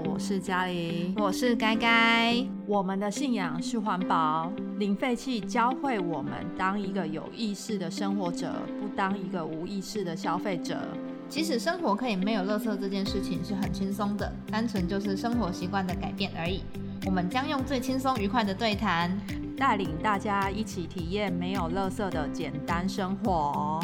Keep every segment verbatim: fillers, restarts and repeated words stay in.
我是嘉玲， 我是该该。 我们的信仰是环保，零废弃教会我们当一个有意识的生活者，不当一个无意识的消费者。 其实生活可以没有垃圾这件事情是很轻松的，单纯就是生活习惯的改变而已。我们将用最轻松愉快的对谈， 带领大家一起体验没有垃圾的简单生活。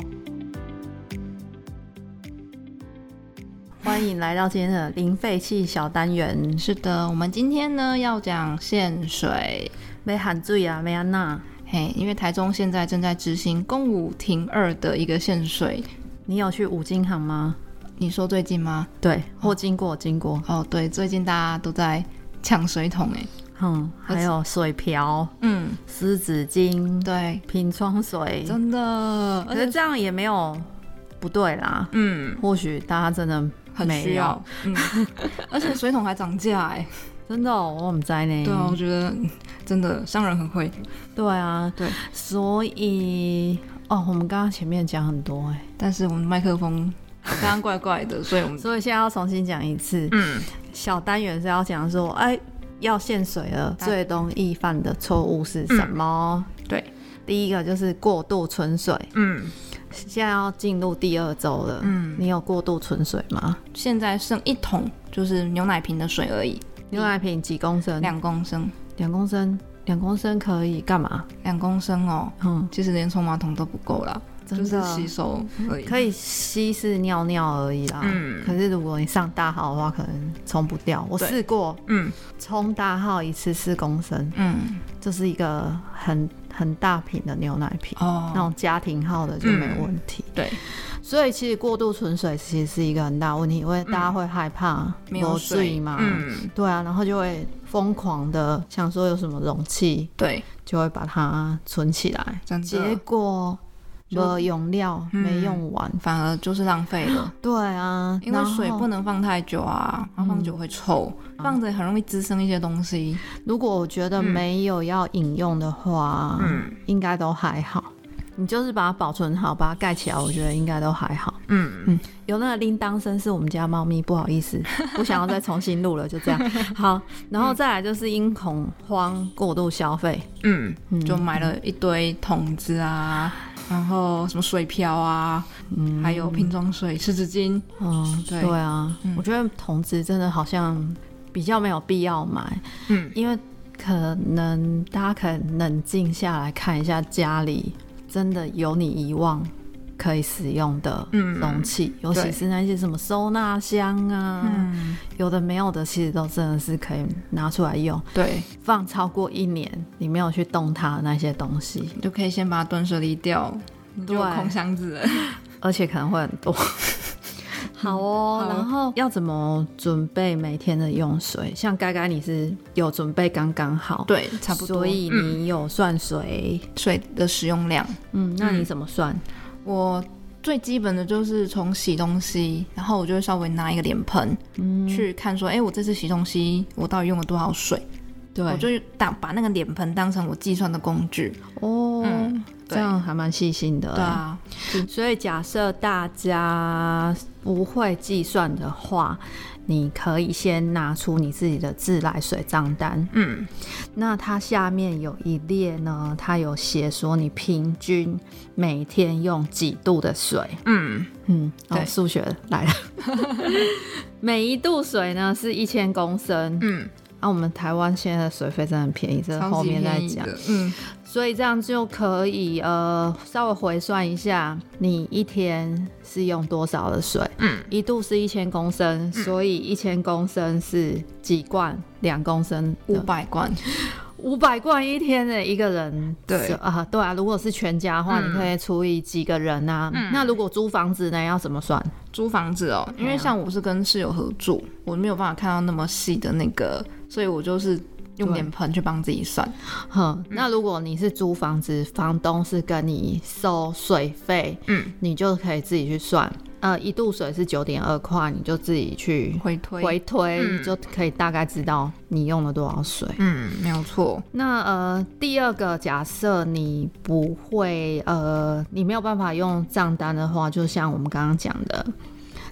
欢迎来到今天的零废弃小单元。 是的，我们今天呢要讲限水。 没喊水啊，没安娜。 嘿，因为台中现在正在执行公五停二的一个限水。 你有去五金行吗？ 你说最近吗？ 对，或经过经过。 哦，对，最近大家都在抢水桶哎。 嗯，还有水瓢， 嗯， 湿纸巾， 对， 瓶装水， 真的。 可是这样也没有不对啦。嗯，或许大家真的很需要。嗯，而且水桶还涨价哎。 真的、哦，我不知道呢。 对啊，我觉得真的商人很会。 对啊， 对， 所以哦，我们刚刚前面讲很多哎， 但是我们麦克风刚刚怪怪的，所以我们所以现在要重新讲一次。嗯，小单元是要讲说，哎，要限水了，最容易犯的错误是什么？ 嗯、对， 第一个就是过度存水。嗯。现在要进入第二周了。嗯，你有过度存水吗？ 现在剩一桶，就是牛奶瓶的水而已。 牛奶瓶几公升？ 两公升。 两公升，两公升可以干嘛？ 两公升哦，嗯，其实连冲马桶都不够啦，就是吸收而已。 可以稀释尿尿而已啦。嗯，可是如果你上大号的话，可能冲不掉。我试过，嗯，冲大号一次四公升，嗯，这是一个很很大瓶的牛奶瓶，哦，那种家庭号的就没问题。 嗯、对。 所以其实过度存水其实是一个很大问题，因为大家会害怕没有水嘛，嗯，对啊，然后就会疯狂的想说有什么容器， 对， 就会把它存起来， 真的， 结果没用料、嗯、没用完， 反而就是浪费了。 对啊， 因为水不能放太久啊，然后放久会臭，嗯、放着很容易滋生一些东西。 如果我觉得没有要饮用的话，嗯，应该都还好。你就是把它保存好，把它盖起来，我觉得应该都还好。嗯嗯，有那个铃铛声是我们家猫咪，不好意思，不想要再重新录了，就这样。好，然后再来就是因恐慌过度消费，嗯， 就买了一堆桶子啊，然后什么水瓢啊，嗯，还有瓶装水、湿纸巾。 嗯，对对啊，嗯、我觉得桶子真的好像比较没有必要买，嗯，因为可能大家可以冷静下来看一下家里。真的有你遗忘可以使用的容器、嗯、尤其是那些什么收纳箱啊、嗯、有的没有的其实都真的是可以拿出来用。对，放超过一年你没有去动它的那些东西， 你就可以先把它断舍离掉，你就有空箱子了， 而且可能会很多。好哦，然后要怎么准备每天的用水？像该该你是有准备刚刚好， 对，差不多， 所以你有算水、 嗯、水的使用量。 嗯，那你怎么算？嗯、 我最基本的就是从洗东西，然后我就会稍微拿一个脸盆、嗯、去看说，哎，我这次洗东西我到底用了多少水？对，我就当把那个脸盆当成我计算的工具。 哦，嗯，这样还蛮细心的。 对啊， 所以假设大家不会计算的话，你可以先拿出你自己的自来水账单。嗯，那它下面有一列呢，它有写说你平均每天用几度的水。嗯嗯，对，数学来了。每一度水呢是一千公升。嗯。啊，我们台湾现在的水费真的很便宜，这后面再讲。嗯，所以这样就可以呃稍微回算一下，你一天是用多少的水？嗯，一度是一千公升，嗯、所以一千公升是几罐？两公升， 五百罐。 五百罐一天的一个人，对啊，对啊。如果是全家的话，嗯、你可以除以几个人啊？嗯、那如果租房子呢，要怎么算？ 租房子哦，因为像我是跟室友合住，我没有办法看到那么细的那个，所以我就是用脸盆去帮自己算。 哼，那如果你是租房子，房东是跟你收水费，嗯，你就可以自己去算。呃，一度水是九点二块，你就自己去回推， 回推、嗯、就可以大概知道你用了多少水。 嗯，没有错。 那呃，第二个假设你不会呃，你没有办法用账单的话，就像我们刚刚讲的，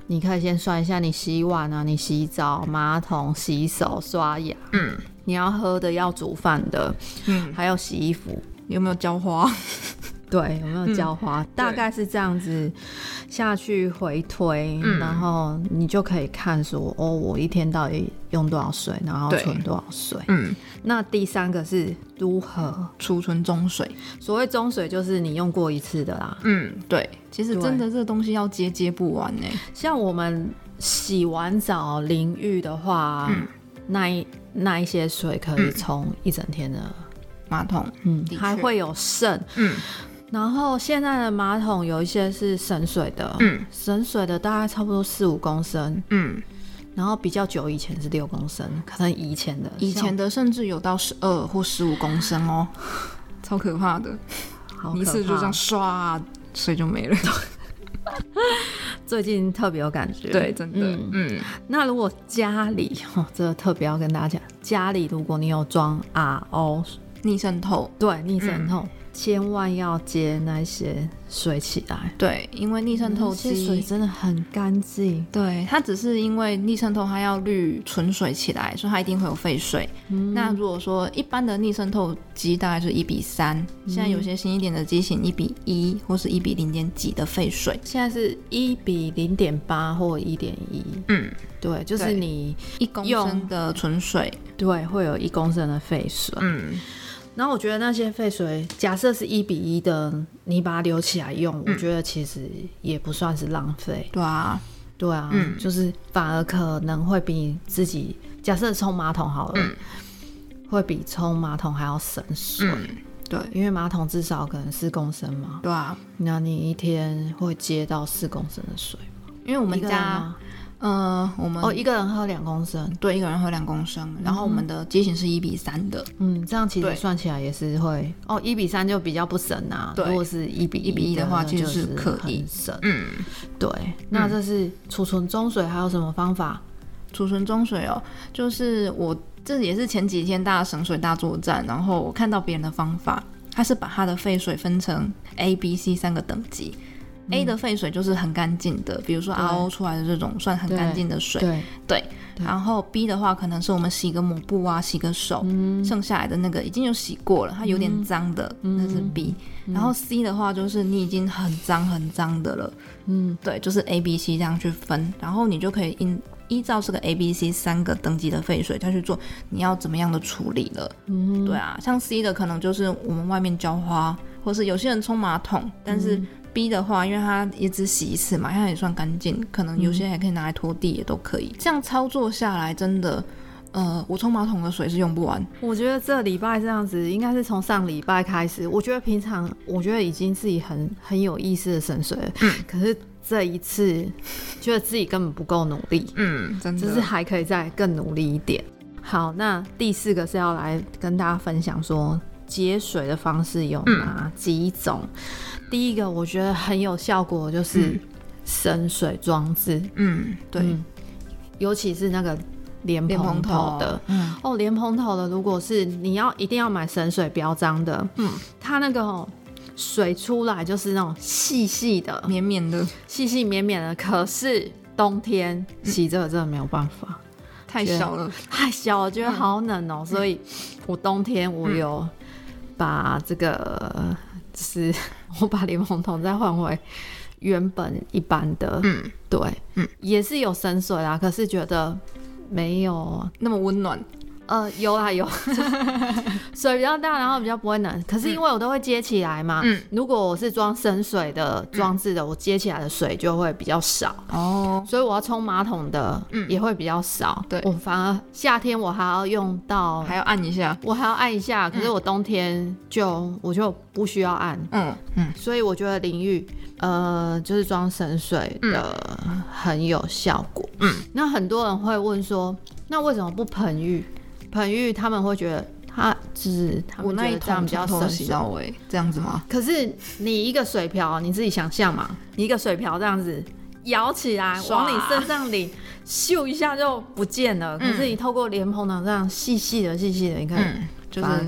你可以先算一下你洗碗啊，你洗澡、马桶、洗手、刷牙，嗯，你要喝的、要煮饭的，嗯，还有洗衣服， 有没有浇花？ 对，有没有浇花、嗯、大概是这样子下去回推、嗯、然后你就可以看说哦，我一天到底用多少水，然后存多少水。嗯，那第三个是如何储存中水。 所谓中水就是你用过一次的啦。 嗯，对，其实真的这个东西要接接不完耶。 像我们洗完澡淋浴的话、嗯、那, 一那一些水可以冲一整天的马桶， 嗯，还会有剩。嗯，然后现在的马桶有一些是省水的，嗯，省水的大概差不多四五公升，嗯，然后比较久以前是六公升，可能以前的以前的甚至有到十二或十五公升哦，超可怕的，好可怕，一次就这样刷，水就没了。 最近特别有感觉， 对，真的，嗯，嗯那如果家里，哦，这个特别要跟大家讲，家里如果你有装 R O 逆渗透， 对，逆渗透。嗯，千万要接那些水起来， 对，因为逆渗透机、 嗯、那些水真的很干净， 对，它只是因为逆渗透它要滤纯水起来，所以它一定会有废水。嗯，那如果说一般的逆渗透机大概是一比三、嗯，现在有些新一点的机型一比一或是一比零点几的废水， 现在是一比零点八或一点一。嗯，对，就是你一公升的纯水， 对，会有一公升的废水。嗯。然后我觉得那些废水，假设是一比一的，你把它留起来用、嗯，我觉得其实也不算是浪费。 对啊， 对啊，嗯、就是反而可能会比你自己假设冲马桶好了、嗯，会比冲马桶还要省水、嗯。 对， 因为马桶至少可能四公升嘛。 对啊， 那你一天会接到四公升的水吗？ 因为我们家。呃，我们哦，一个人喝两公升， 对，一个人喝两公升、嗯，然后我们的机型是一比三的， 嗯，这样其实算起来也是会，哦，一比三就比较不省啊，对，如果是一比一比一的话，其实是可以省，嗯，对，那这是储存中水还有什么方法？ 储存中水哦，就是我这也是前几天大家省水大作战，然后我看到别人的方法，他是把他的废水分成 A、B、C 三个等级。A 的废水就是很干净的，比如说 R O 出来的这种算很干净的水， 对, 对, 对。然后 B 的话可能是我们洗个抹布啊，洗个手、嗯、剩下来的那个已经有洗过了，它有点脏的、嗯、那是 B、嗯、然后 C 的话就是你已经很脏很脏的了，嗯，对，就是 A、B、C 这样去分，然后你就可以依依照这个 A、B、C 三个等级的废水再去做你要怎么样的处理了，嗯，对啊，像 C 的可能就是我们外面浇花，或是有些人冲马桶，但是、嗯B 的话因为它也只洗一次嘛，它也算干净，可能有些还可以拿来拖地也都可以、嗯、这样操作下来真的呃，我冲马桶的水是用不完。 我觉得这礼拜这样子应该是从上礼拜开始，我觉得平常我觉得已经自己很很有意识的省水了、嗯、可是这一次觉得自己根本不够努力，嗯，真的就是还可以再更努力一点。好，那第四个是要来跟大家分享说节水的方式有哪几种、嗯、第一个我觉得很有效果就是省水装置，嗯，对、嗯，尤其是那个莲蓬头的，嗯，哦，莲蓬头的如果是你要一定要买省水标章的，嗯，它那个、哦、水出来就是那种细细的绵绵的细细绵绵的，可是冬天洗这个真的没有办法、嗯、 太小了太小了，觉得好冷哦、嗯、所以我冬天我有把这个就是我把莲蓬头再换回原本一般的，嗯，对，嗯，也是有省水啦，可是觉得没有那么温暖。 呃，有啦有，水比较大，然后比较不会冷。可是因为我都会接起来嘛，嗯，如果我是装省水的装置的、嗯，我接起来的水就会比较少哦，所以我要冲马桶的也会比较少。对、嗯，我反而夏天我还要用到， 还要按一下， 我还要按一下。可是我冬天就、嗯、我就不需要按，嗯嗯，所以我觉得淋浴呃就是装省水的很有效果。嗯，那很多人会问说，那为什么不盆浴？盆浴他们会觉得它就是他们觉得这样比较省水， 这样子吗？ 可是你一个水瓢你自己想象嘛，你一个水瓢这样子舀起来往你身上淋，咻一下就不见了、嗯、可是你透过莲蓬头这样细细的细细的，你看、嗯、就是可以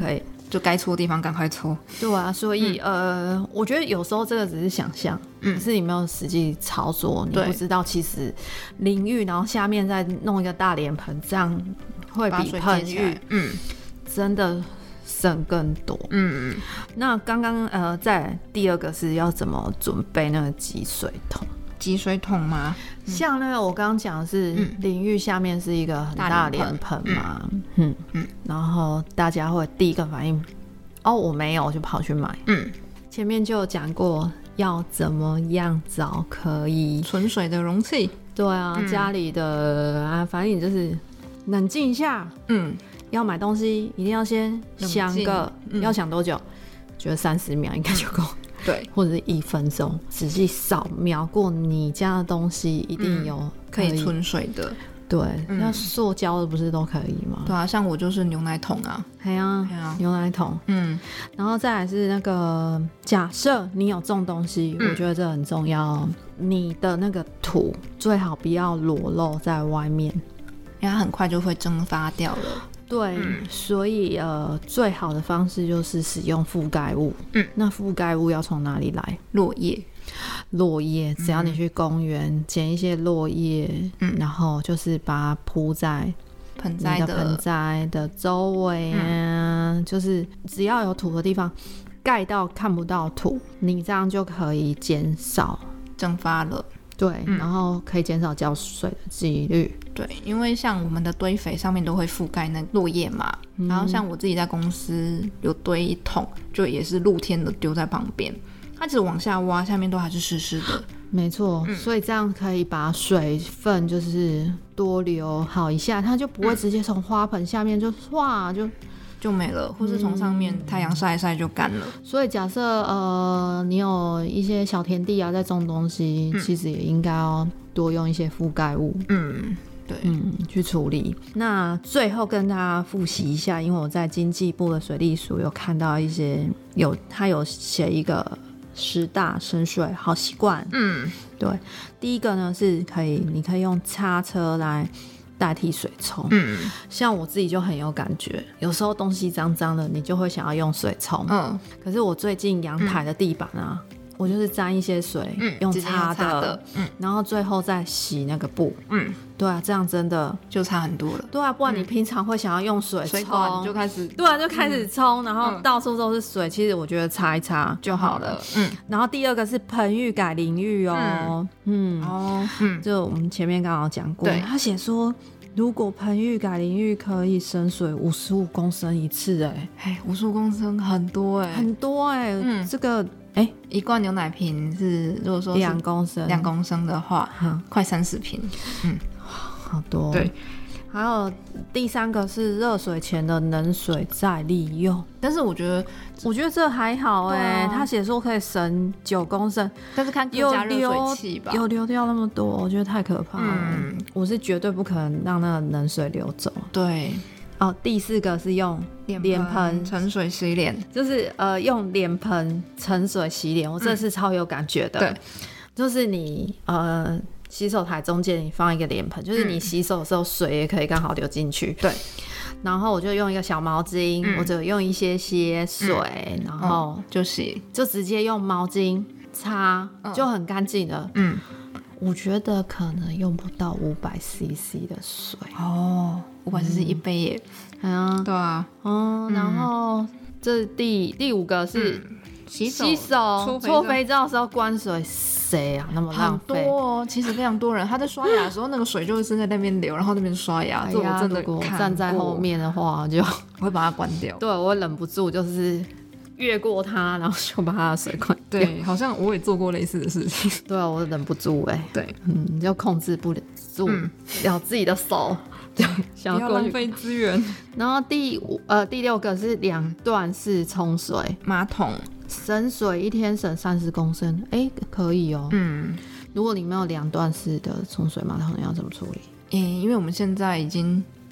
就该搓的地方赶快搓。 对啊，所以、嗯、呃，我觉得有时候这个只是想象，嗯，可是你没有实际操作，你不知道其实淋浴，然后下面再弄一个大脸盆，这样会比喷浴，嗯，真的省更多。嗯嗯。那刚刚呃，再来第二个是要怎么准备那个集水桶？ 集水桶吗？ 嗯、像那个我刚刚讲的是淋浴下面是一个很大脸盆嘛，嗯 嗯, 嗯，然后大家会第一个反应，哦，我没有，我就跑去买。嗯，前面就有讲过要怎么样找可以存水的容器。 对啊，嗯、家里的啊，反正你就是冷静一下。嗯，要买东西一定要先想个，嗯、要想多久？觉得三十秒应该就够。 对， 或者是一分钟，仔细扫描过你家的东西，一定有可以,、嗯、可以存水的。 对，那、嗯、塑胶的不是都可以吗？ 对啊，像我就是牛奶桶啊。 对啊，啊牛奶桶。嗯，然后再来是那个，假设你有种东西、嗯，我觉得这很重要。你的那个土最好不要裸露在外面， 因为它很快就会蒸发掉了。 对、嗯，所以呃，最好的方式就是使用覆盖物。嗯，那覆盖物要从哪里来？ 落叶， 落叶，只要你去公园捡、嗯、一些落叶、嗯，然后就是把它铺在盆栽的盆栽的周围啊、嗯，就是只要有土的地方，盖到看不到土，你这样就可以减少蒸发了。 对、嗯，然后可以减少浇水的几率。 对，因为像我们的堆肥上面都会覆盖那落叶嘛、嗯，然后像我自己在公司有堆一桶，就也是露天的丢在旁边，它只往下挖，下面都还是湿湿的。 没错、嗯，所以这样可以把水分就是多留好一下，它就不会直接从花盆下面就唰就。 就没了，或是从上面太阳晒一晒就干了、 嗯。所以假设呃你有一些小田地啊，在种东西、嗯，其实也应该要多用一些覆盖物。嗯，对，嗯，去处理。那最后跟大家复习一下，因为我在经济部的水利署有看到一些有，他有写一个十大省水好习惯。嗯，对，第一个呢是可以，你可以用叉车来代替水冲。嗯，像我自己就很有感觉，有时候东西脏脏的，你就会想要用水冲。嗯，可是我最近阳台的地板啊、嗯，我就是沾一些水，嗯、用擦的，的嗯，然后最后再洗那个布。嗯，对啊，这样真的就差很多了。 对啊，不然你平常会想要用水冲， 嗯、你就开始， 对啊，就开始冲、嗯，然后到处都是水、嗯。其实我觉得擦一擦就好了。嗯，然后第二个是盆浴改淋浴哦。嗯，嗯哦，嗯，就我们前面刚好讲过，他写说。如果盆浴改淋浴可以省水五十五公升一次。哎、 欸，五十五公升很多哎、欸， 很多哎、欸。嗯，这个哎、欸， 一罐牛奶瓶是如果说两公升， 两公升的话，嗯、快三十瓶。嗯， 好多。 对。 还有第三个是热水前的冷水再利用， 但是我觉得我觉得这还好哎、欸啊，他写说可以省九公升， 但是看各家热水器吧， 有流掉那么多，我觉得太可怕了。嗯，我是绝对不可能让那个冷水流走。 对， 哦，第四个是用脸盆盛水洗脸， 就是呃用脸盆盛水洗脸，我这是超有感觉的。嗯、对，就是你呃。洗手台中间你放一个脸盆，就是你洗手的时候水也可以刚好流进去。对，然后我就用一个小毛巾，嗯、我就用一些些水，嗯、然后、 哦、就洗， 就直接用毛巾擦，嗯、就很干净了。嗯，我觉得可能用不到五百 C C 的水哦，五百 C C 一杯耶。 嗯啊， 对啊， 嗯，然后这第第五个是。嗯洗手、洗手搓肥皂的时候关水，谁啊那么浪费？ 很多哦，其实非常多人，他在刷牙的时候，那个水就会是在那边流，然后那边刷牙。 哎、 这我真的如果站在后面的话，就我会把它关掉。 对，我会忍不住就是越过它，然后就把它的水关掉。 对，好像我也做过类似的事情。 对啊，我忍不住哎、欸。 对， 嗯，你就控制不住了自己的手。对，想要不要浪费资源。 然后第五呃第六个是两段式冲水马桶。 省水一天省三十公升，哎、欸，可以哦。嗯，如果你没有两段式的冲水马桶，你要怎么处理？ 欸、因为我们现在已经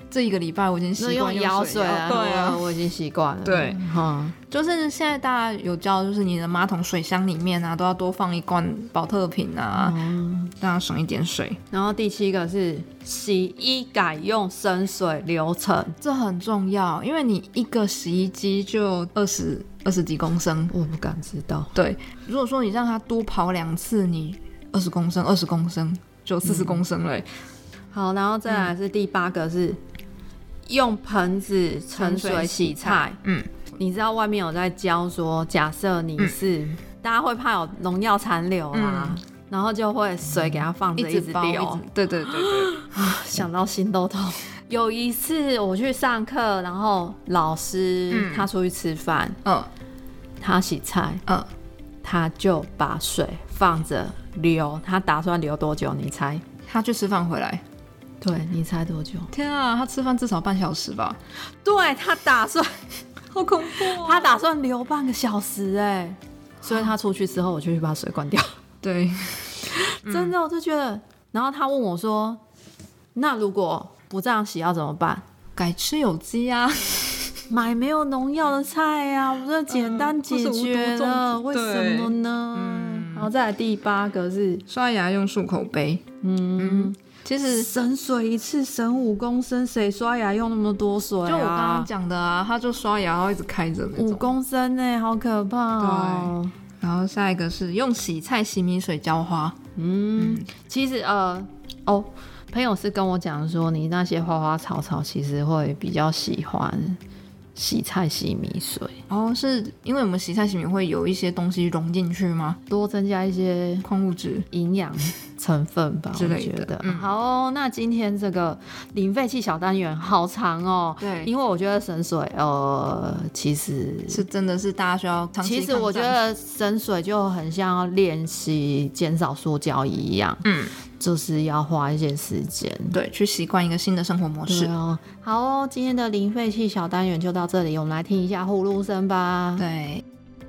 这一个礼拜我已经习惯用舀水了， 对啊， 我已经习惯了。 对， 嗯， 就是现在大家有教，就是你的马桶水箱里面啊，都要多放一罐保特瓶啊，嗯，让它省一点水。 然后第七个是洗衣改用生水流程， 这很重要，因为你一个洗衣机就二十二十几公升， 我不敢知道。 对，如果说你让它多跑两次，你二十公升，二十公升就四十公升了、欸嗯。 好，然后再来是第八个是。用盆子盛水洗菜，嗯，你知道外面有在教说，假设你是、嗯、大家会怕有农药残留啦、嗯，然后就会水给它放着一直流， 对对对对， 想到心都痛。有一次我去上课，然后老师、嗯、他出去吃饭，嗯，他洗菜，嗯，他就把水放着流，他打算流多久？你猜？ 他去吃饭回来。 对，你猜多久？ 天啊，他吃饭至少半小时吧？ 对，他打算好恐怖、哦、 他打算留半个小时哎，所以他出去之后我就去把水关掉。 对， 真的我就觉得，然后他问我说，那如果不这样洗要怎么办？ 改吃有机啊， 买没有农药的菜啊，我这简单解决了、呃、为什么呢、嗯、然后再来第八个是刷牙用漱口杯。嗯嗯，其实省水一次省五公升，谁刷牙用那么多水啊？ 就我刚刚讲的啊，他就刷牙然后一直开着那种。 五公升哎、欸，好可怕哦。 对。然后下一个是用洗菜洗米水浇花。 嗯，嗯其实呃哦，朋友是跟我讲说，你那些花花草草其实会比较喜欢洗菜洗米水。 哦，是因为我们洗菜洗米会有一些东西融进去吗？ 多增加一些矿物质、 营养成分吧之类的。我觉得、嗯、好、哦，那今天这个零废弃小单元好长哦。 对， 因为我觉得省水，呃，其实是真的是大家需要长期抗战。 其实我觉得省水就很像要练习减少塑胶一样。嗯。就是要花一些时间， 对，去习惯一个新的生活模式。 哦，好哦，今天的零废弃小单元就到这里，我们来听一下呼噜声吧。 对。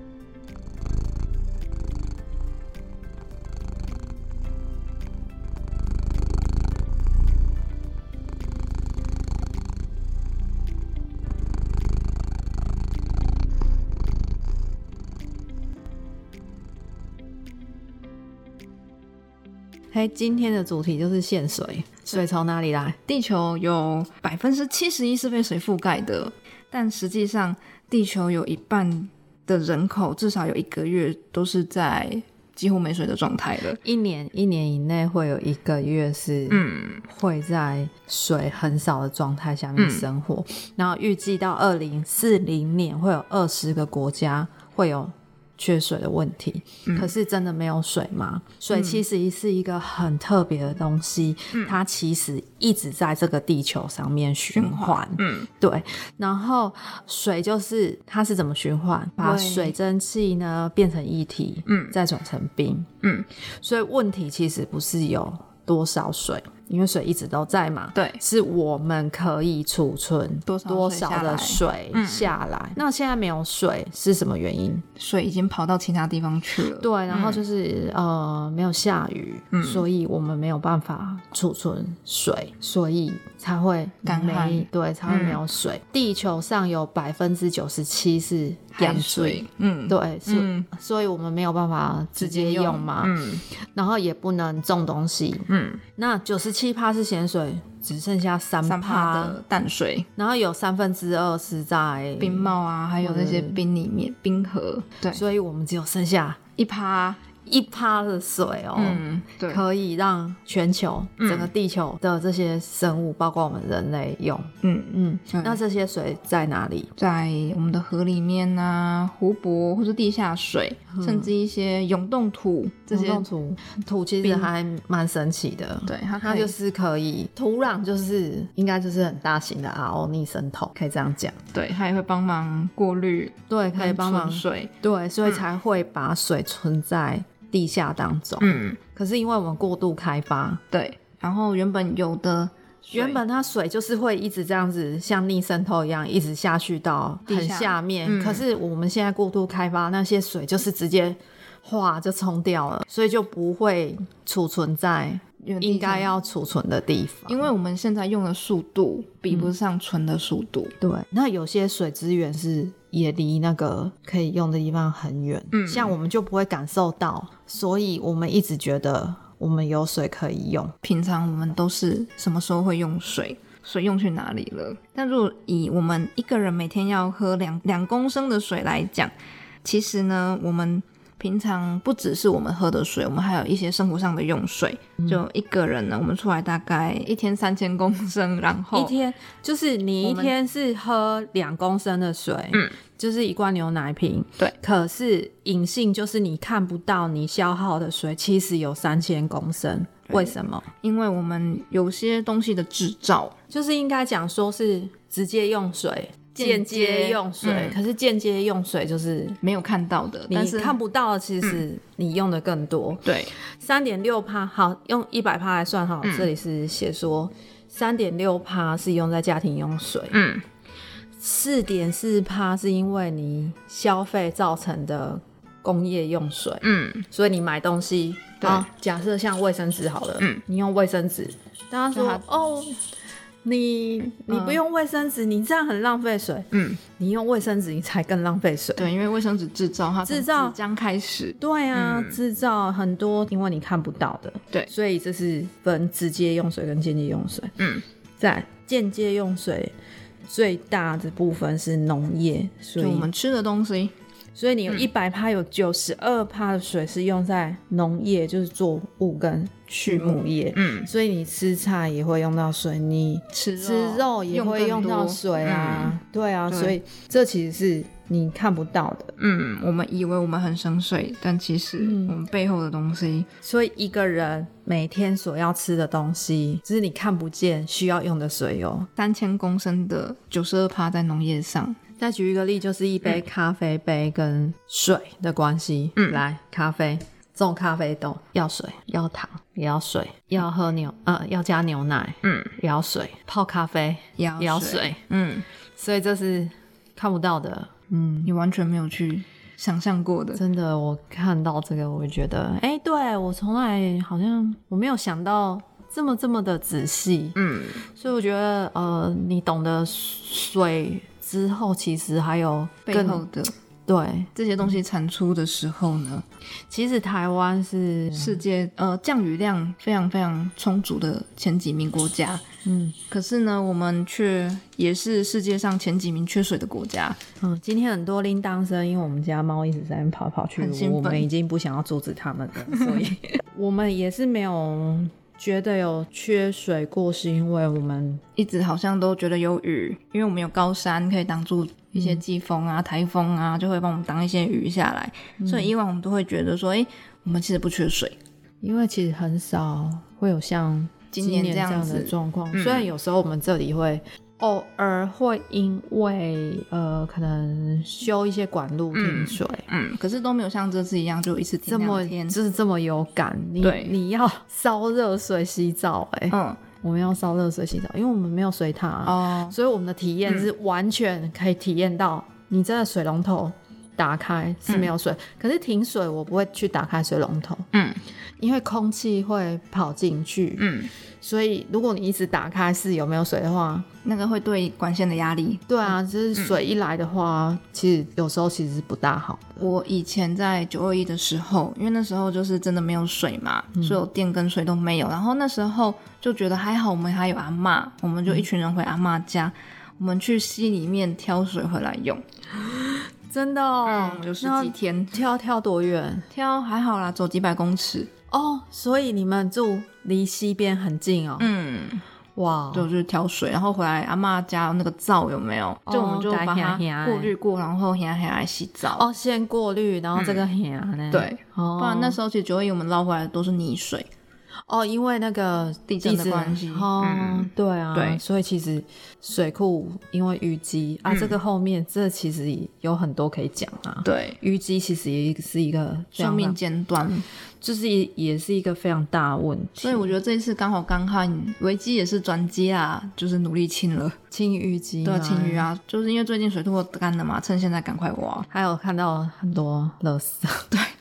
嘿，今天的主题就是限水，水从哪里来？ 地球有百分之七十一是被水覆盖的，但实际上地球有一半的人口至少有一个月都是在几乎没水的状态了。 一年一年以内会有一个月是嗯会在水很少的状态下面生活，嗯、然后预计到二零四零年会有二十个国家会有缺水的问题、嗯、可是真的没有水吗？水其实是一个很特别的东西、嗯、它其实一直在这个地球上面循环。嗯，对。然后水就是它是怎么循环？把水蒸气呢变成液体，嗯，再转成冰。嗯，所以问题其实不是有多少水，因为水一直都在嘛， 对， 是我们可以储存多少的水下来、嗯、那现在没有水是什么原因？ 水已经跑到其他地方去了。 对，然后就是、嗯、呃没有下雨、嗯、所以我们没有办法储存水，所以才会干旱， 对，才会没有水、嗯、地球上有百分之九十七是海水，嗯，对，嗯，所以我们没有办法直接用嘛，嗯，然后也不能种东西，嗯，那九十七趴是咸水，只剩下三趴的淡水， 然后有三分之二是在冰帽啊，还有那些冰里面、嗯、冰河， 对，所以我们只有剩下一趴。一趴的水哦、嗯，对，可以让全球、嗯、整个地球的这些生物，包括我们人类用。嗯嗯，那这些水在哪里？ 在我们的河里面啊、湖泊或是地下水、嗯，甚至一些永冻土。这些永冻土土其实还蛮神奇的。 对，它它就是可以，土壤就是应该就是很大型的 R O 逆渗透，可以这样讲。 对，它也会帮忙过滤， 对，可以帮忙水， 对，所以才会把水存在地下当中。嗯，可是因为我们过度开发， 对，然后原本有的原本它水就是会一直这样子像逆渗透一样一直下去到很下面、嗯、可是我们现在过度开发，那些水就是直接哗就冲掉了，所以就不会储存在应该要储存的地方， 因为我们现在用的速度比不上存的速度、 嗯、对，那有些水资源是也离那个可以用的地方很远、嗯、像我们就不会感受到，所以我们一直觉得我们有水可以用。 平常我们都是什么时候会用水，水用去哪里了。但如果以我们一个人每天要喝两两公升的水来讲，其实呢我们平常不只是我们喝的水，我们还有一些生活上的用水、嗯、就一个人呢我们出来大概一天三千公升，然后一天就是你一天是喝两公升的水，嗯，就是一罐牛奶瓶， 对， 可是隐性就是你看不到你消耗的水其实有三千公升。为什么？ 因为我们有些东西的制造， 就是应该讲说是直接用水间接用水、嗯、可是间接用水就是没有看到的， 你看不到的其实你用的更多、嗯、 对三点六 趴 好，用一百趴来算好、嗯、这里是写说 三点六 趴 是用在家庭用水，嗯 四点四 趴 是因为你消费造成的工业用水，嗯，所以你买东西，对、啊，假设像卫生纸好了，嗯，你用卫生纸，大家说哦，你你不用卫生纸、嗯，你这样很浪费水，嗯，你用卫生纸你才更浪费水， 对，因为卫生纸制造它制造刚开始， 对啊，制、嗯、造很多，因为你看不到的， 对， 所以这是分直接用水跟间接用水，嗯，在间接用水最大的部分是农业，所以就我们吃的东西。 所以你有 百分之百 有 百分之九十二 的水是用在农业，就是作物跟畜牧业，嗯，所以你吃菜也会用到水，你吃 肉, 吃肉也会用到水啊、嗯、对啊，对，所以这其实是你看不到的， 嗯，我们以为我们很省水，但其实我们背后的东西、嗯、 所以一个人每天所要吃的东西只是你看不见需要用的水哦， 三千公升的 百分之九十二 在农业上。 再举一个例，就是一杯咖啡杯跟水的关系、嗯、来，咖啡这种咖啡豆要水要糖也要水，要喝牛呃要加牛奶，嗯，也要水，泡咖啡也要 水, 要水嗯，所以这是看不到的，嗯， 你完全没有去想象过的。 真的，我看到这个我觉得哎、欸，对，我从来好像我没有想到这么这么的仔细，嗯，所以我觉得呃你懂得水之后其实还有背后的， 对， 这些东西产出的时候呢， 其实台湾是世界呃降雨量非常非常充足的前几名国家，嗯，可是呢我们却也是世界上前几名缺水的国家。 嗯，今天很多铃铛声，因为我们家猫一直在那边跑跑去，我们已经不想要阻止他们了，所以我们也是没有觉得有缺水过，是因为我们一直好像都觉得有雨，因为我们有高山可以挡住一些季风啊、台风啊，就会帮我们挡一些雨下来、嗯、所以以往我们都会觉得说，哎、欸，我们其实不缺水， 因为其实很少会有像今年这样的状况、嗯、虽然有时候我们这里会偶尔会因为呃可能修一些管路停水， 嗯，嗯可是都没有像这次一样就一次停两天， 就是这么有感。你对，你要烧热水洗澡、欸，哎，嗯，我们要烧热水洗澡，因为我们没有水塔、啊，哦，所以我们的体验是完全可以体验到，你真的水龙头打开是没有水、嗯，可是停水我不会去打开水龙头，嗯，因为空气会跑进去，嗯。所以如果你一直打开是有没有水的话， 那个会对管线的压力， 对啊，就是水一来的话、嗯、其实有时候其实是不大好的。 我以前在九二一的时候，因为那时候就是真的没有水嘛、嗯、所有电跟水都没有，然后那时候就觉得还好我们还有阿嬷，我们就一群人回阿嬷家、嗯、我们去溪里面挑水回来用。 真的哦、 嗯、有十几天。 挑挑多远？ 挑还好啦，走几百公尺哦，所以你们住离溪边很近哦。嗯，哇， 就是挑水，然后回来阿嬷家那个灶有没有、哦、就我们就把它过滤过，然后下下来洗澡。 哦，先过滤然后这个下呢、嗯、 对、哦、不然那时候其实九二一我们捞回来的都是泥水哦，因为那个地震的关系哦、嗯，对啊，对，所以其实水库因为淤积啊、嗯，这个后面这其实有很多可以讲啊。 对， 淤积其实也是一个生命尖端， 就是也是一个非常大的问题。 所以我觉得这一次刚好刚好危机也是转机啊，就是努力清了清淤积， 对，清淤啊，就是因为最近水库干了嘛，趁现在赶快挖。 还有看到很多垃圾， 对。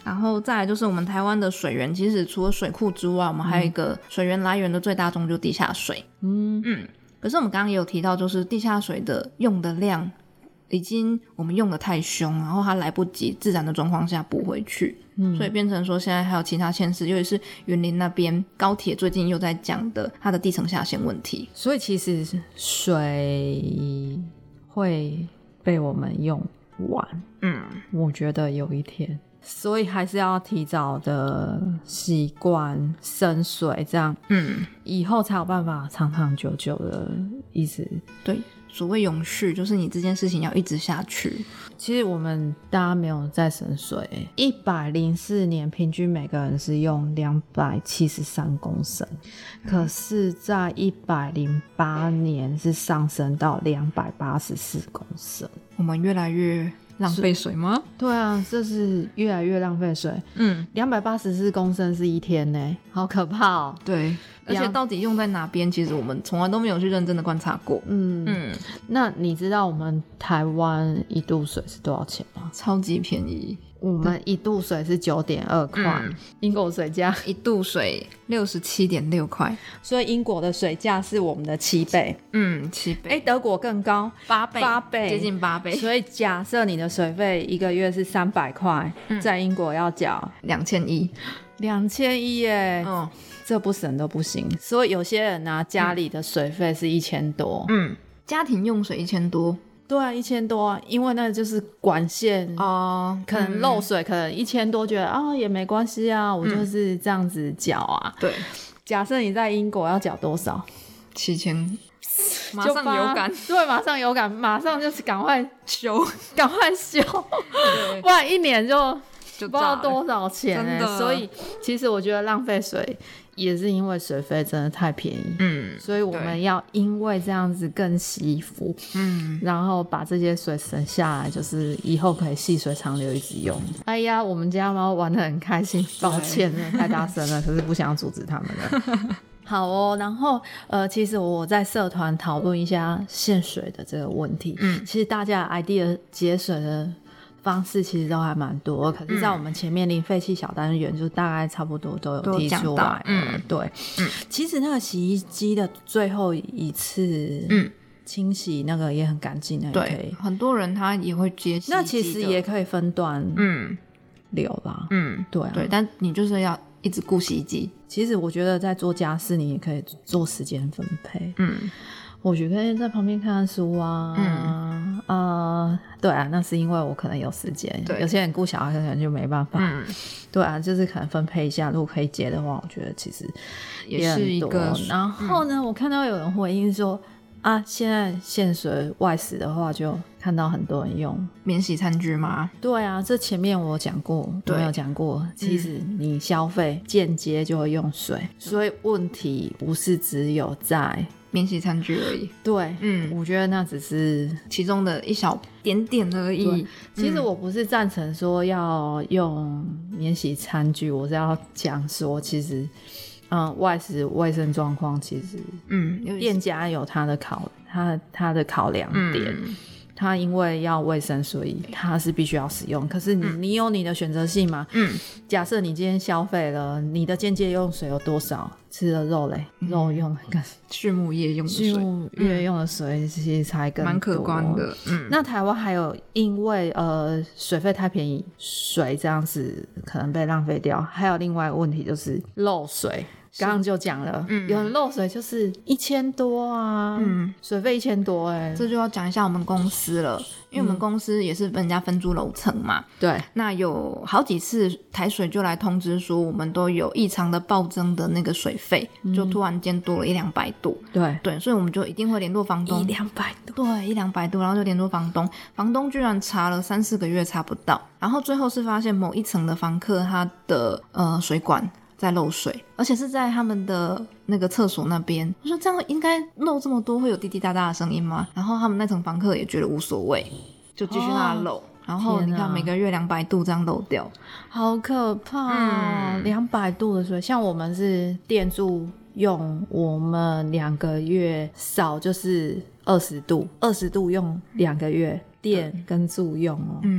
然后再来就是我们台湾的水源，其实除了水库之外，我们还有一个水源来源的最大宗就是地下水。嗯嗯，可是我们刚刚也有提到，就是地下水的用的量已经我们用的太凶，然后它来不及自然的状况下补回去。嗯，所以变成说现在还有其他县市，尤其是云林那边高铁最近又在讲的它的地层下陷问题。 所以其实水会被我们用完，嗯，我觉得有一天，所以还是要提早的习惯省水，这样，嗯，以后才有办法长长久久的一直对。所谓永续，就是你这件事情要一直下去。 其实我们大家没有在省水，一百零四年平均每个人是用两百七十三公升，可是在一百零八年是上升到两百八十四公升。 我们越来越浪费水吗？ 对啊，这是越来越浪费水。嗯，两百八十四公升是一天呢，好可怕哦。 对，而且到底用在哪边，其实我们从来都没有去认真的观察过。嗯嗯，那你知道我们台湾一度水是多少钱吗？ 超级便宜。 我们一度水是九点二块，嗯，英国水价一度水六十七点六块， 所以英国的水价是我们的七倍。 嗯，七倍。 哎，德国更高， 八倍， 八倍， 接近八倍。 所以假设你的水费一个月是三百块，嗯，在英国要缴两千一， 两千一耶。嗯，这不省都不行。所以有些人啊，家里的水费是一千多， 嗯，家庭用水一千多。 对啊，一千多啊，因为那就是管线哦，呃，可能漏水，嗯，可能一千多，觉得啊，哦，也没关系啊，我就是这样子缴啊。 对， 假设你在英国要缴多少？ 七千，马上有感。 对，马上有感，马上就是赶快修，赶快修，不然一年就就不知道多少钱欸。所以其实我觉得浪费水也是因为水费真的太便宜，嗯，所以我们要因为这样子更惜福，嗯，然后把这些水省下来，就是以后可以细水长流一直用。哎呀，我们家猫玩得很开心，抱歉了，太大声了，可是不想要阻止他们了。好哦，然后呃，其实我在社团讨论一下限水的这个问题，嗯，其实大家的 idea 节水的方式其实都还蛮多，可是在我们前面零废弃小单元就大概差不多都有提出来，嗯，对，嗯，其实那个洗衣机的最后一次，嗯，清洗那个也很干净的， 对，很多人他也会接洗衣机的， 那其实也可以分段，嗯，流啦，嗯，对啊， 对，但你就是要一直顾洗衣机。 其实我觉得在做家事，你也可以做时间分配，嗯。或许可以在旁边看看书啊，嗯呃，对啊，那是因为我可能有时间，有些人顾小孩可能就没办法，嗯，对啊，就是可能分配一下，如果可以接的话，我觉得其实也是一个。然后呢，嗯，我看到有人回应说啊，现在限水外食的话，就看到很多人用免洗餐具吗？ 对啊，这前面我讲过，我没有讲过，其实你消费间接就会用水，嗯，所以问题不是只有在免洗餐具而已。 对，嗯，我觉得那只是其中的一小点点而已。 其实我不是赞成说要用免洗餐具，我是要讲说其实嗯，外食卫生状况其实嗯，店家有他的考他他的考量点，嗯，他因为要卫生，所以他是必须要使用。可是你，嗯，你有你的选择性嘛？嗯，假设你今天消费了，你的间接用水有多少？吃的肉类，嗯，肉用的更畜牧业用的水， 畜牧业用的水其实才更多， 蛮可观的。嗯， 那台湾还有因为呃水费太便宜，水这样子可能被浪费掉。还有另外一个问题就是漏水。刚刚就讲了，嗯，有人漏水就是一千多啊，嗯，水费一千多，哎，欸， 这就要讲一下我们公司了，因为我们公司也是跟人家分租楼层嘛， 对， 那有好几次台水就来通知说我们都有异常的暴增的那个水费，嗯，就突然间多了一两百度， 对对，所以我们就一定会联络房东， 一两百度， 对，一两百度，然后就联络房东，房东居然查了三四个月查不到，然后最后是发现某一层的房客他的呃水管在漏水，而且是在他们的那个厕所那边。我说这样应该漏这么多会有滴滴答答的声音吗？然后他们那层房客也觉得无所谓，就继续那漏，哦，然后你看每个月两百度这样漏掉， 好可怕哦！两百度的水，像我们是店住用，我们两个月少就是二十度，二十度用两个月，店跟住用哦，嗯。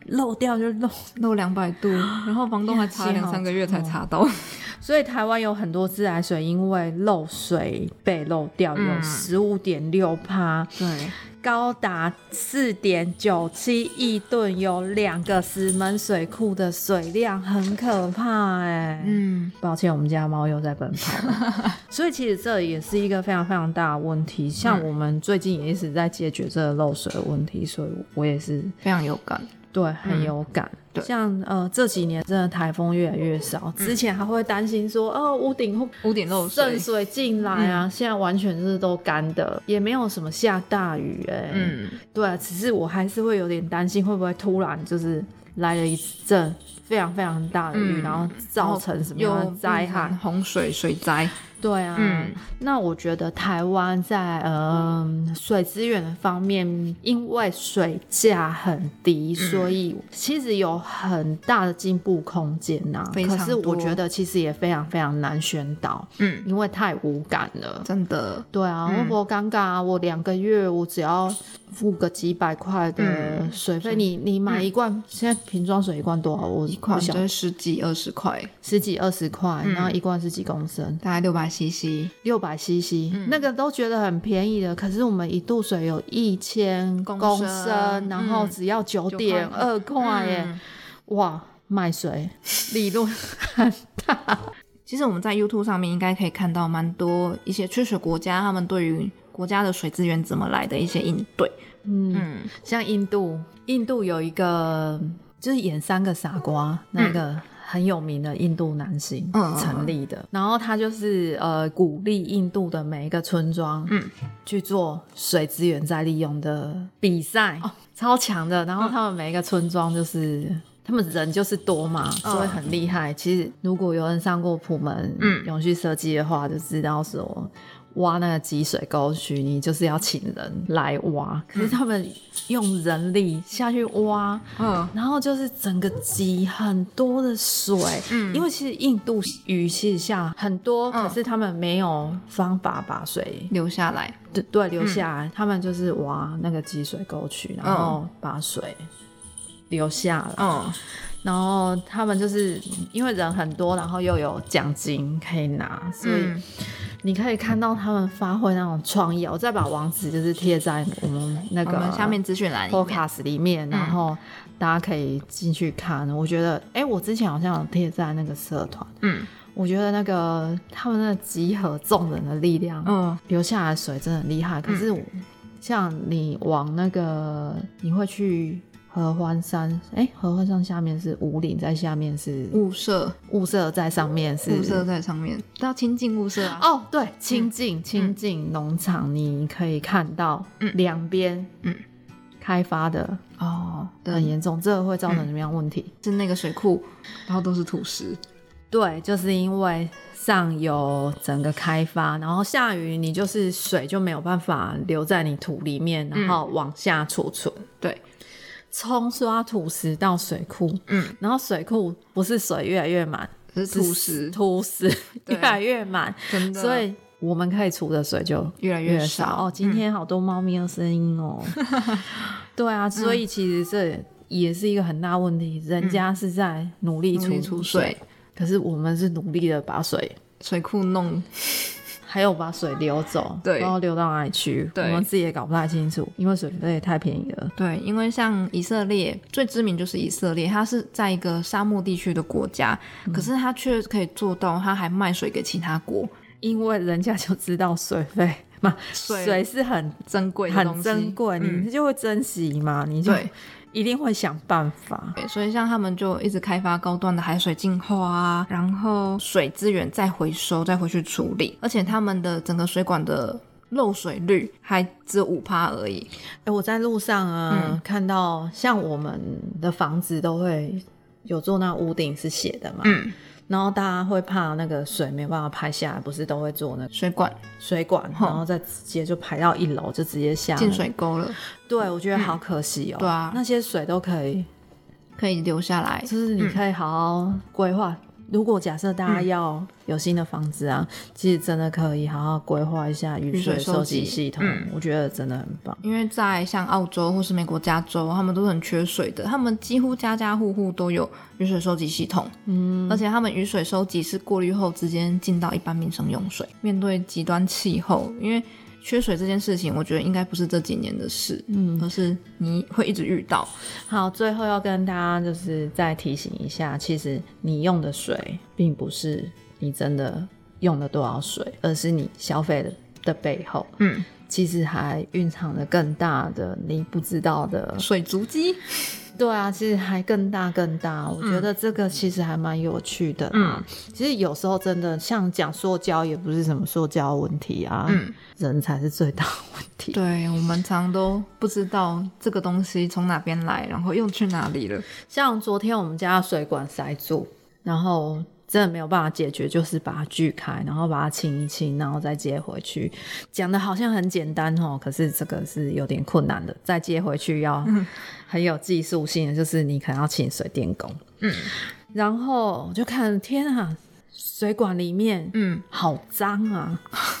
漏掉就漏漏两百度，然后房东还查两三个月才查到。 所以台湾有很多自来水因为漏水被漏掉，有 百分之十五点六， 对， 高达 四点九七亿吨，有两个石门水库的水量，很可怕哎、欸。嗯，抱歉，我们家猫又在奔跑了。所以其实这也是一个非常非常大的问题，像我们最近也一直在解决这个漏水的问题，所以我也是非常有感。 对，很有感。嗯、像呃这几年真的台风越来越少，之前还会担心说，哦屋顶会屋顶漏水渗水进来啊、嗯，现在完全就是都干的，也没有什么下大雨哎、欸。嗯，对啊，只是我还是会有点担心，会不会突然就是来了一阵非常非常大的雨、嗯，然后造成什么样的灾害， 洪水、水灾。 对啊、嗯，那我觉得台湾在呃水资源的方面，因为水价很低、嗯，所以其实有很大的进步空间呐、啊。可是我觉得其实也非常非常难宣导，嗯，因为太无感了， 真的。 对啊，嗯、我尴尬啊，我两个月我只要付个几百块的水费、嗯，你你买一罐、嗯，现在瓶装水一罐多少？我一罐就是十几二十块， 十几二十块，然后一罐是几公升？ 大概六百。C C 六百 C C、嗯、那个都觉得很便宜的，可是我们一度水有一千公升，公升然后只要九点二块耶、嗯、哇，卖水利润很大。 其实我们在 YouTube 上面应该可以看到蛮多一些缺水国家他们对于国家的水资源怎么来的一些应对。 嗯, 嗯像印度印度有一个就是演三个傻瓜那个、嗯很有名的印度男星成立的、嗯、然后他就是呃鼓励印度的每一个村庄嗯去做水资源再利用的比赛、哦、超强的，然后他们每一个村庄就是、嗯、他们人就是多嘛，所以很厉害、嗯、其实如果有人上过普门永续设计的话就知道说挖那个集水沟渠你就是要请人来挖，可是他们用人力下去挖、嗯、然后就是整个集很多的水、嗯、因为其实印度雨其实下很多、嗯、可是他们没有方法把水留下来， 对对，留下来、嗯、他们就是挖那个集水沟渠然后把水留下来、嗯，然后他们就是因为人很多然后又有奖金可以拿，所以你可以看到他们发挥那种创意。我再把网址就是贴在我们那个下面资讯栏 podcast 里面，然后大家可以进去看。我觉得哎，我之前好像有贴在那个社团，嗯，我觉得那个他们那个集合众人的力量，嗯，流下来的水真的很厉害。可是我、嗯、像你往那个你会去合欢山，哎、欸，合欢山下面是五岭，在下面是雾社， 雾社在上面是雾社在上面，到清境雾社啊。 哦，对，清境清境农场，你可以看到两边嗯开发的哦很严重，这个会造成什么样问题？ 是那个水库，然后都是土石。 对，就是因为上游整个开发，然后下雨你就是水就没有办法留在你土里面，然后往下储存。嗯、对。冲刷土石到水库，嗯，然后水库不是水越来越满， 是土石， 土石越来越满， 真的， 所以我们可以储的水就越来越少。 哦，今天好多猫咪的声音哦。嗯、对啊，所以其实这也是一个很大问题，人家是在努力储储水，可是我们是努力的把水水库弄。 还有把水流走，对，不知道流到哪里去，我们自己也搞不太清楚，因为水费也太便宜了。 对，因为像以色列最知名就是以色列，它是在一个沙漠地区的国家、嗯、可是它却可以做到它还卖水给其他国， 因为人家就知道水费嘛，水, 水是很珍贵的东西， 很珍贵、嗯、你就会珍惜嘛，你就一定会想办法。 对，所以像他们就一直开发高端的海水净化啊，然后水资源再回收再回去处理，而且他们的整个水管的漏水率还只有 百分之五 而已。 欸、我在路上啊、嗯、看到像我们的房子都会有做那屋顶是斜的嘛，嗯，然后大家会怕那个水没办法排下来，不是都会做那个水管水管，然后再直接就排到一楼就直接下进水沟了。 对，我觉得好可惜哦、喔嗯、对啊，那些水都可以可以留下来， 就是你可以好好规划、嗯、 如果假设大家要有新的房子啊、嗯、其实真的可以好好规划一下雨水收集系统、嗯、我觉得真的很棒。 因为在像澳洲或是美国加州，他们都是很缺水的，他们几乎家家户户都有雨水收集系统，嗯，而且他们雨水收集是过滤后直接进到一般民生用水。面对极端气候，因为缺水这件事情我觉得应该不是这几年的事，嗯，而是你会一直遇到。 好，最后要跟大家就是再提醒一下，其实你用的水并不是你真的用了多少水，而是你消费 的, 的背后，嗯，其实还蕴藏着更大的你不知道的水足迹。 对啊，其实还更大更大，我觉得这个其实还蛮有趣的啦、嗯、其实有时候真的像讲塑胶也不是什么塑胶问题啊、嗯、人才是最大的问题。 对，我们常都不知道这个东西从哪边来，然后又去哪里了。 像昨天我们家的水管塞住，然后真的没有办法解决，就是把它锯开，然后把它清一清，然后再接回去。讲的好像很简单哦，可是这个是有点困难的，再接回去要很有技术性的，就是你可能要请水电工。嗯，然后我就看，天啊，水管里面嗯好脏啊，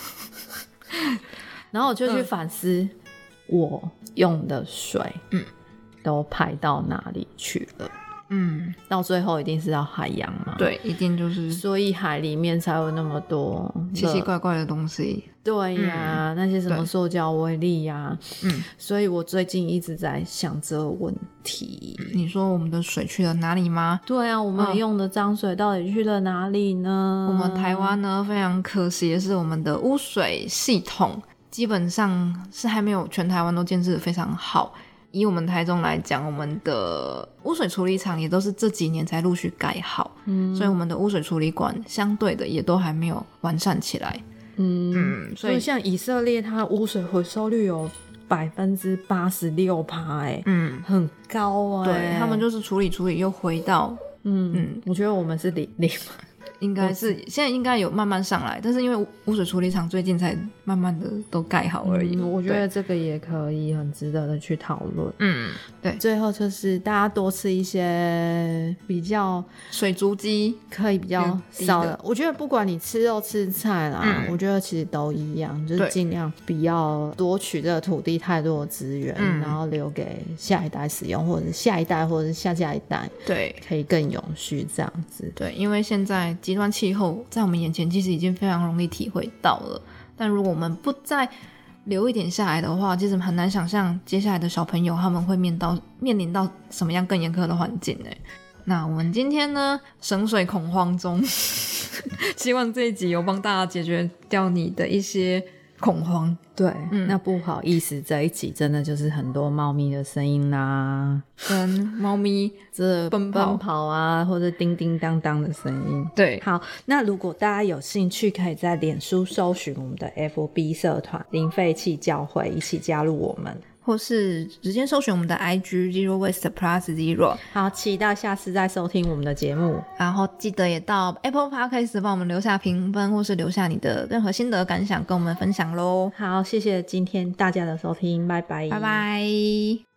然后我就去反思、嗯、我用的水嗯都排到哪里去了。嗯，到最后一定是到海洋嘛？ 对，一定就是， 所以海里面才有那么多奇奇怪怪的东西。 对呀、啊嗯，那些什么塑胶微粒呀，嗯，所以我最近一直在想这个问题。 你说我们的水去了哪里吗？ 对啊，我们用的脏水到底去了哪里呢？ 嗯、我们台湾呢，非常可惜的是，我们的污水系统基本上是还没有全台湾都建设得非常好。以我们台中来讲，我们的污水处理厂也都是这几年才陆续盖好、嗯、所以我们的污水处理管相对的也都还没有完善起来。 嗯, 嗯所以像以色列它污水回收率有百分之八十六趴，哎，嗯，很高哎、欸。 对，他们就是处理处理又回到， 嗯嗯，我觉得我们是零零。 应该是现在应该有慢慢上来，但是因为污水处理厂最近才慢慢的都盖好而已、 嗯、我觉得这个也可以很值得的去讨论。 嗯，对。 最后就是大家多吃一些比较水足迹可以比较少的，我觉得不管你吃肉吃菜啦、嗯、我觉得其实都一样，就是尽量不要夺取这个土地太多的资源、嗯、然后留给下一代使用，或者是下一代或者是下下一代， 对， 可以更永续这样子。 对，因为现在极端气候在我们眼前其实已经非常容易体会到了，但如果我们不再留一点下来的话，其实很难想象接下来的小朋友他们会面到面临到什么样更严苛的环境呢？那我们今天呢，省水恐慌中希望这一集有帮大家解决掉你的一些恐慌。 对、嗯、那不好意思，这一集真的就是很多猫咪的声音啦， 跟猫咪这奔跑奔跑啊，或者叮叮当当的声音。 对， 好，那如果大家有兴趣，可以在脸书搜寻我们的 F B 社团零废弃教会，一起加入我们， 或是直接搜寻我们的 I G Zero Waste Plus Zero。 好，期待下次再收听我们的节目， 然后记得也到 Apple Podcast 帮我们留下评分，或是留下你的任何心得感想跟我们分享咯。 好，谢谢今天大家的收听，拜拜， 拜拜。